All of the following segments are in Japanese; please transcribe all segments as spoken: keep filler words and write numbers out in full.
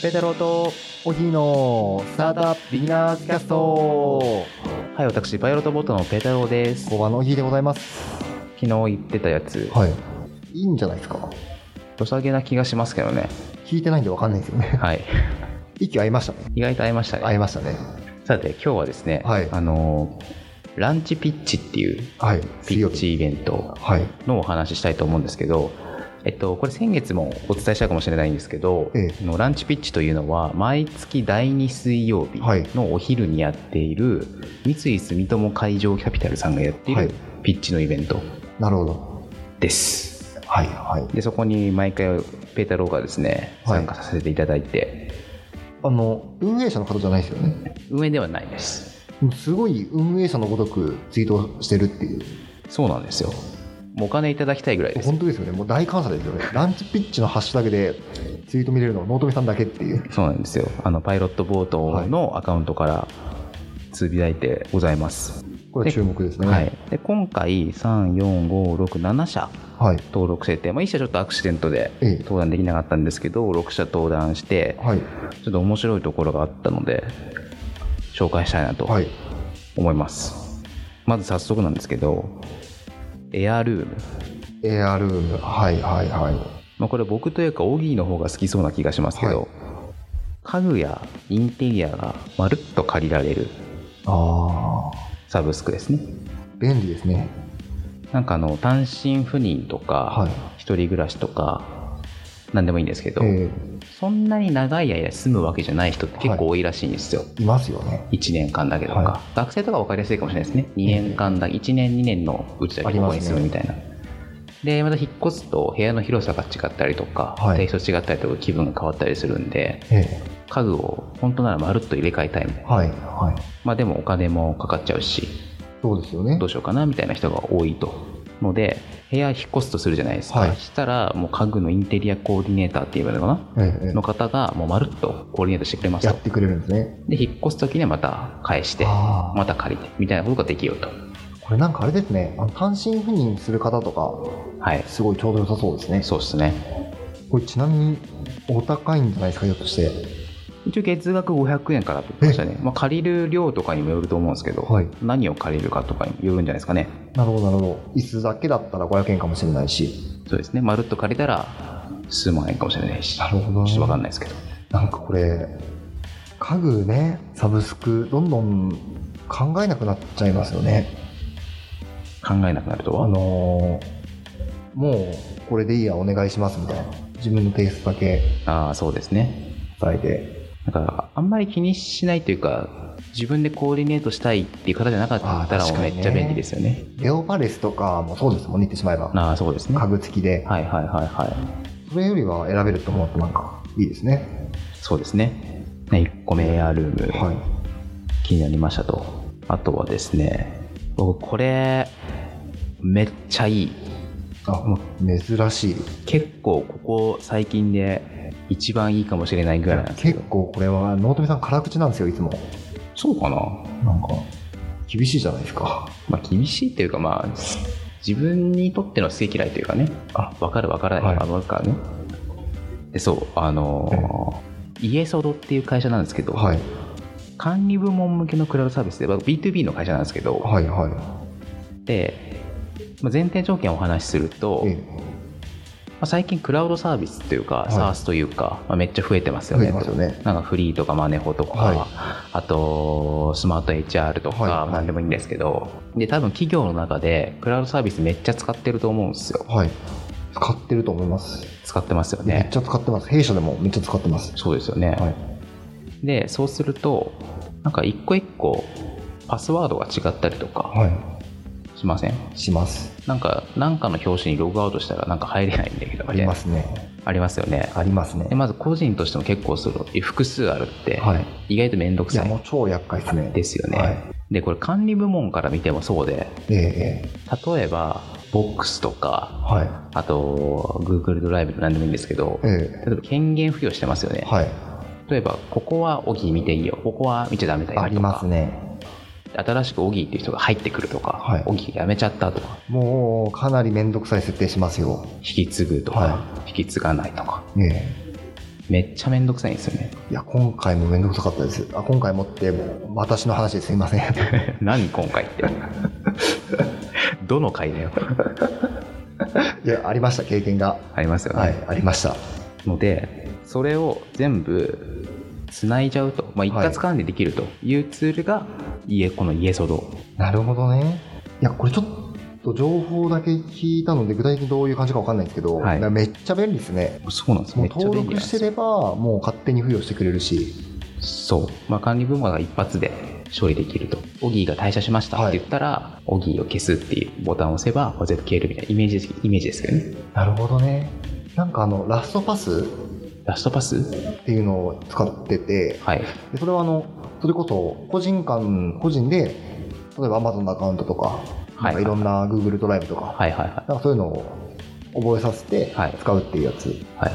ペータローとおぎのスタートアップビギナーズキャスト。 はい、私パイロットボットのペータローです。 工場のおぎでございます。 昨日言ってたやつ、 はい、いいんじゃないですか。 良さげな気がしますけどね。 聞いてないんで分かんないですよね。 はい息合いましたね。 意外と合いましたね。 合いましたね。 さて今日はですね、 はい、 あのランチピッチっていうピッチイベントのお話ししたいと思うんですけど、えっと、これ先月もお伝えしたかもしれないんですけど、ええ、のランチピッチというのは毎月だいに水曜日のお昼にやっている三井住友海上キャピタルさんがやっているピッチのイベントです。 はいはい、 でそこに毎回ペータローがですね参加させていただいて、 はい、あの運営者の方じゃないですよね。 運営ではないです。 すごい運営者のごとくツイートしてるっていう。 そうなんですよ。もうお金いただきたいぐらいです。 本当ですよね。もう大感謝ですよね。ランチピッチのハッシュタグでツイート見れるのは納富さんだけっていう。 そうなんですよ。あのパイロットボートのアカウントからつぶやいてございます。 これ注目ですね。 はい、で今回さん、よん、ご、ろく、なな社登録してて、まあ、いっ社ちょっとアクシデントで登壇できなかったんですけど、ろく社登壇して、はい、ちょっと面白いところがあったので紹介したいなと思います。はい、まず早速なんですけど、エアルームエアルームはいはいはい、 まあ、これ僕というかオギーの方が好きそうな気がしますけど、はい、家具やインテリアがまるっと借りられるあサブスクですね。 便利ですね。 なんかあの単身赴任とか、はい、一人暮らしとか何でもいいんですけど、そんなに長い間住むわけじゃない人って結構多いらしいんですよ。はい、 いますよね。 いちねんかんだけとか、はい、学生とか分かりやすいかもしれないですね。にねんかんだ、いちねんにねんのうちだけここに住むみたいな。でまた引っ越すと部屋の広さが違ったりとか、はい、テイスト違ったりとか気分が変わったりするんで、家具を本当ならまるっと入れ替えたいみたいな、はいはい、まあ、でもお金もかかっちゃうし、 そうですよね、 どうしようかなみたいな人が多いとので、部屋引っ越すとするじゃないですか。はい、したらもう家具のインテリアコーディネーターって言われるのかな、ええ、の方がもうまるっとコーディネートしてくれますと。 やってくれるんですね。 で引っ越す時にはまた返してまた借りてみたいなことができると。 これなんかあれですね、あの単身赴任する方とか、はい、すごいちょうど良さそうですね。 そうですね。 これちなみにお高いんじゃないですか、ひょっとして。 一応月額ごひゃくえんからって言ってましたね。まあ、借りる量とかにもよると思うんですけど、はい、何を借りるかとかにもよるんじゃないですかね。 なるほどなるほど。椅子だけだったらごひゃくえんかもしれないし。 そうですね。まるっと借りたら数万円かもしれないし。 なるほど、ね、 ちょっと分かんないですけど。 なんかこれ家具ね、サブスクどんどん考えなくなっちゃいますよね。 考えなくなるとは、 あのー、もうこれでいいやお願いしますみたいな、自分のテイストだけああそうですね伝えて、 だからあんまり気にしないというか、自分でコーディネートしたいっていう方じゃなかったらもうめっちゃ便利ですよね。 レオパレスとかもそうですもんね、言ってしまえば。 ああそうですね、 家具付きで、 はいはいはいはい、 それよりは選べると思うとなんかいいですね。 そうですね。いっこめエアルーム、はい、気になりましたと。あとはですね、僕これめっちゃいい。 あ、珍しい。 結構ここ最近で一番いいかもしれないぐらいなんですけど。 結構これは納富さん辛口なんですよいつも。 そうかな。 なんか厳しいじゃないですか。 まあ厳しいっていうか、まあ自分にとっての好き嫌いというかね。あ、分かる分からない分かるからね。でそうあのー、イエソドっていう会社なんですけど、はい、管理部門向けのクラウドサービスで ビーツービー の会社なんですけど、はいはい、で前提条件をお話しすると、ええ、まあ、最近クラウドサービスというか、はい、SaaS というか、まあ、めっちゃ増えてますよね。 増えてますよね。 なんかフリーとかマネホとか、はい、あとスマート エイチアール とか、はい、何でもいいんですけど、で多分企業の中でクラウドサービスめっちゃ使ってると思うんですよ。 はい、使ってると思います。 使ってますよね。 めっちゃ使ってます。弊社でもめっちゃ使ってます。 そうですよね、はい、でそうするとなんか一個一個パスワードが違ったりとか、はい、しません？ します。 なんか何かの表紙にログアウトしたらなんか入れないんだけど、 ありますね。 ありますよね。 ありますね。 でまず個人としても結構する複数あるって、はい、意外と面倒くさい。 いやもう超厄介ですね。 ですよね、 はい、 でこれ管理部門から見てもそうで、えー、例えばボックスとか、はい、あと Google ドライブと何でもいいんですけど、えー、例えば権限付与してますよね、はい、例えばここはオギー見ていいよ、ここは見ちゃダメだよとか、 ありますね。 新しくオギーっていう人が入ってくるとか、はい、オギーやめちゃったとか、 もうかなり面倒くさい設定しますよ。 引き継ぐとか、はい、引き継がないとか、えめっちゃめんどくさいんですよね。 いや今回もめんどくさかったです。あ今回もって私の話ですいません何今回ってどの回だよいやありました経験がありますよね、 はい、ありましたので、それを全部つないじゃうと、まあ、一括管理できるというツールが家、この家ソド。 なるほどね。いやこれちょっと情報だけ聞いたので具体的にどういう感じか分かんないんですけど、はい、めっちゃ便利ですね。 そうなんです。 もう登録してればもう勝手に付与してくれるし、 そう、まあ、管理部門が一発で処理できると。オギーが退社しましたって言ったら、はい、オギーを消すっていうボタンを押せば全部消えるみたいなイメージイメージですけどね。 なるほどね。なんかあのラストパスラストパスっていうのを使ってて、 はい、 でそれはあのそれこそ個人間個人で例えば Amazon のアカウントとか、はい、なんかいろんな Google ドライブとか、はいはいはい、なんかそういうのを覚えさせて使うっていうやつ、はい、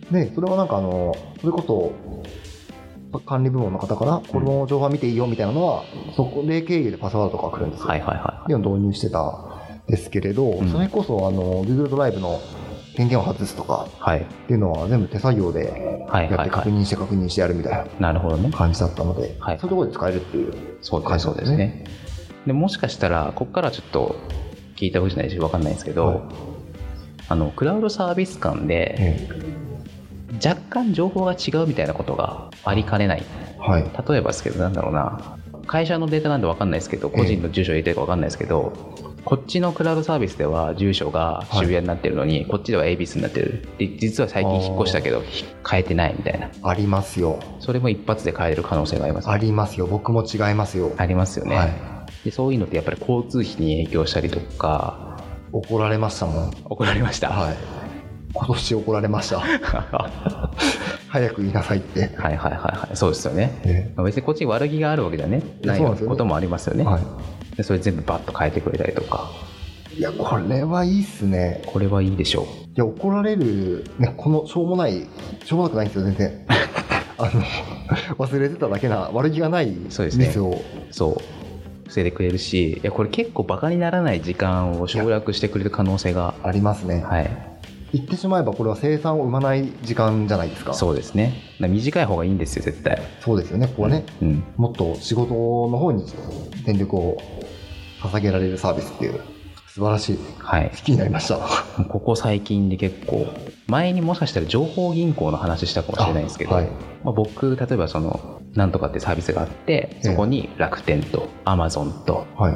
でそれはなんかあのそれこそ管理部門の方からこの情報は見ていいよみたいなのは、うん、そこで経由でパスワードとか来るんですよ、はいはいはい、っていうのを導入してたんですけれど、うん、それこそあの Google ドライブの権限を外すとかっていうのは全部手作業でやって確認して確認してやるみたいな感じだったので、そういうところで使えるっていう感じですね。 でもしかしたらここからちょっと聞いたわけじゃないし分かんないんですけど、はい、あのクラウドサービス間で若干情報が違うみたいなことがありかねない、はい、例えばですけどなんだろうな、会社のデータなんで分かんないですけど個人の住所入れてるか分かんないですけど、こっちのクラウドサービスでは住所が渋谷になってるのに、はい、こっちでは恵比寿になってる。で実は最近引っ越したけど変えてないみたいな。 ありますよ。 それも一発で変えれる可能性があります、ね、 ありますよ。僕も違いますよ。 ありますよね、 はい、 でそういうのってやっぱり交通費に影響したりとか。 怒られましたもん。 怒られました、はい、 今年怒られました早く言いなさいって。 はいはいはいはい、そうですよね、えー、別にこっちに悪気があるわけじゃねないこともありますよね、はい、でそれ全部バッと変えてくれたりとか。 いやこれはいいっすね。 これはいいでしょう。いや怒られる、ね、このしょうもないしょうもなくないんですよ全然あの忘れてただけな悪気がないミスを。そうですね、 そう防いでくれるし、いやこれ結構バカにならない時間を省略してくれる可能性がありますね。はい、言ってしまえばこれは生産を生まない時間じゃないですか。 そうですね。短い方がいいんですよ絶対。 そうですよね。ここはね、うんうん、もっと仕事の方に全力を捧げられるサービスっていう素晴らしい、はい、好きになりました。 ここ最近で結構前にもしかしたら情報銀行の話したかもしれないんですけど、はい、まあ、僕例えばそのなんとかってサービスがあってそこに楽天とアマゾンと、はい、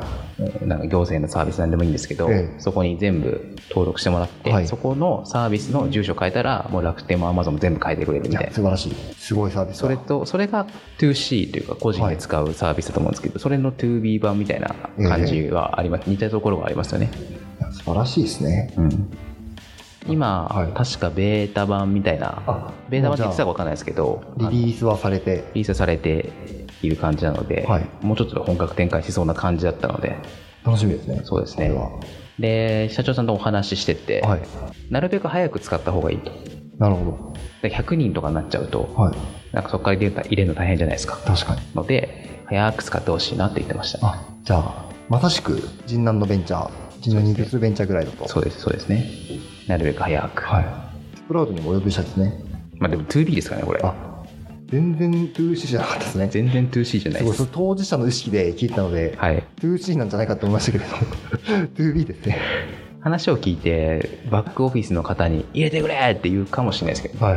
なんか行政のサービスなんでもいいんですけど、ええ、そこに全部登録してもらって、はい、そこのサービスの住所変えたらもう楽天もアマゾンも全部変えてくれるみたいな。 素晴らしい、すごいサービス。 それとそれが ツーシー というか個人で使うサービスだと思うんですけど、はい、それの ツービー 版みたいな感じはあります、ええ、似たところがありますよね。 素晴らしいですね、うん、 今、はい、確かベータ版みたいな、ベータ版って言ってたか分かんないですけどリリースはされてリリースされている感じなので、はい、もうちょっと本格展開しそうな感じだったので楽しみですね。 そうですね。で社長さんとお話ししてて、はい、なるべく早く使った方がいいと。 なるほど。 でひゃくにんとかになっちゃうと、はい、なんかそこからデータ入れるの大変じゃないですか。 確かに。 ので早く使ってほしいなって言ってました。 あ、じゃあまさしく陣南のベンチャー陣南に別ベンチャーぐらいだと。 そうですそうですね。なるべく早く、はい、 スプラウトにもお呼びしたですね。 まあでも ツービー ですからねこれ。あ、 全然 ツーシー じゃなかったですね。 全然 ツーシー じゃないです。 すごい当事者の意識で聞いたので、はい、ツーシー なんじゃないかと思いましたけれどツービー ですね。 話を聞いてバックオフィスの方に入れてくれって言うかもしれないですけど、はい、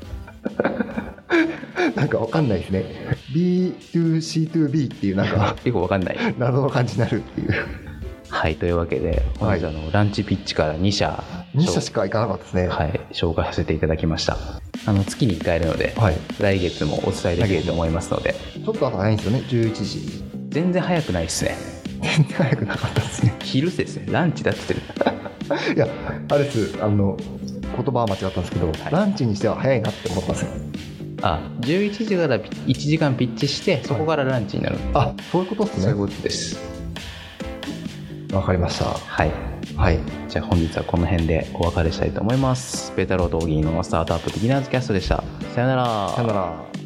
なんか分かんないですね。 ビーツーシーツービー っていうなんかよく分かんない謎の感じになるっていう。 はい、というわけで本日あの、はい、ランチピッチからに社に社しか行かなかったですね。 はい、紹介させていただきました。あの月にいっかいいるので、はい、来月もお伝えできると思いますので。 ちょっと朝早いんですよね。じゅういちじ。 全然早くないですね。 全然早くなかったですね。 昼ですね。ランチだって言ってる。 いやあれですあの言葉は間違ったんですけど、はい、ランチにしては早いなって思ったんですよ。 あ、じゅういちじからいちじかんピッチしてそこからランチになる。 はい、あ、そういうことですね。 そういうことです。 わかりました。 はい、はい、じゃあ本日はこの辺でお別れしたいと思います。ペータローとオギーのスタートアップビギナーズキャストでした。さよなら。 さよなら。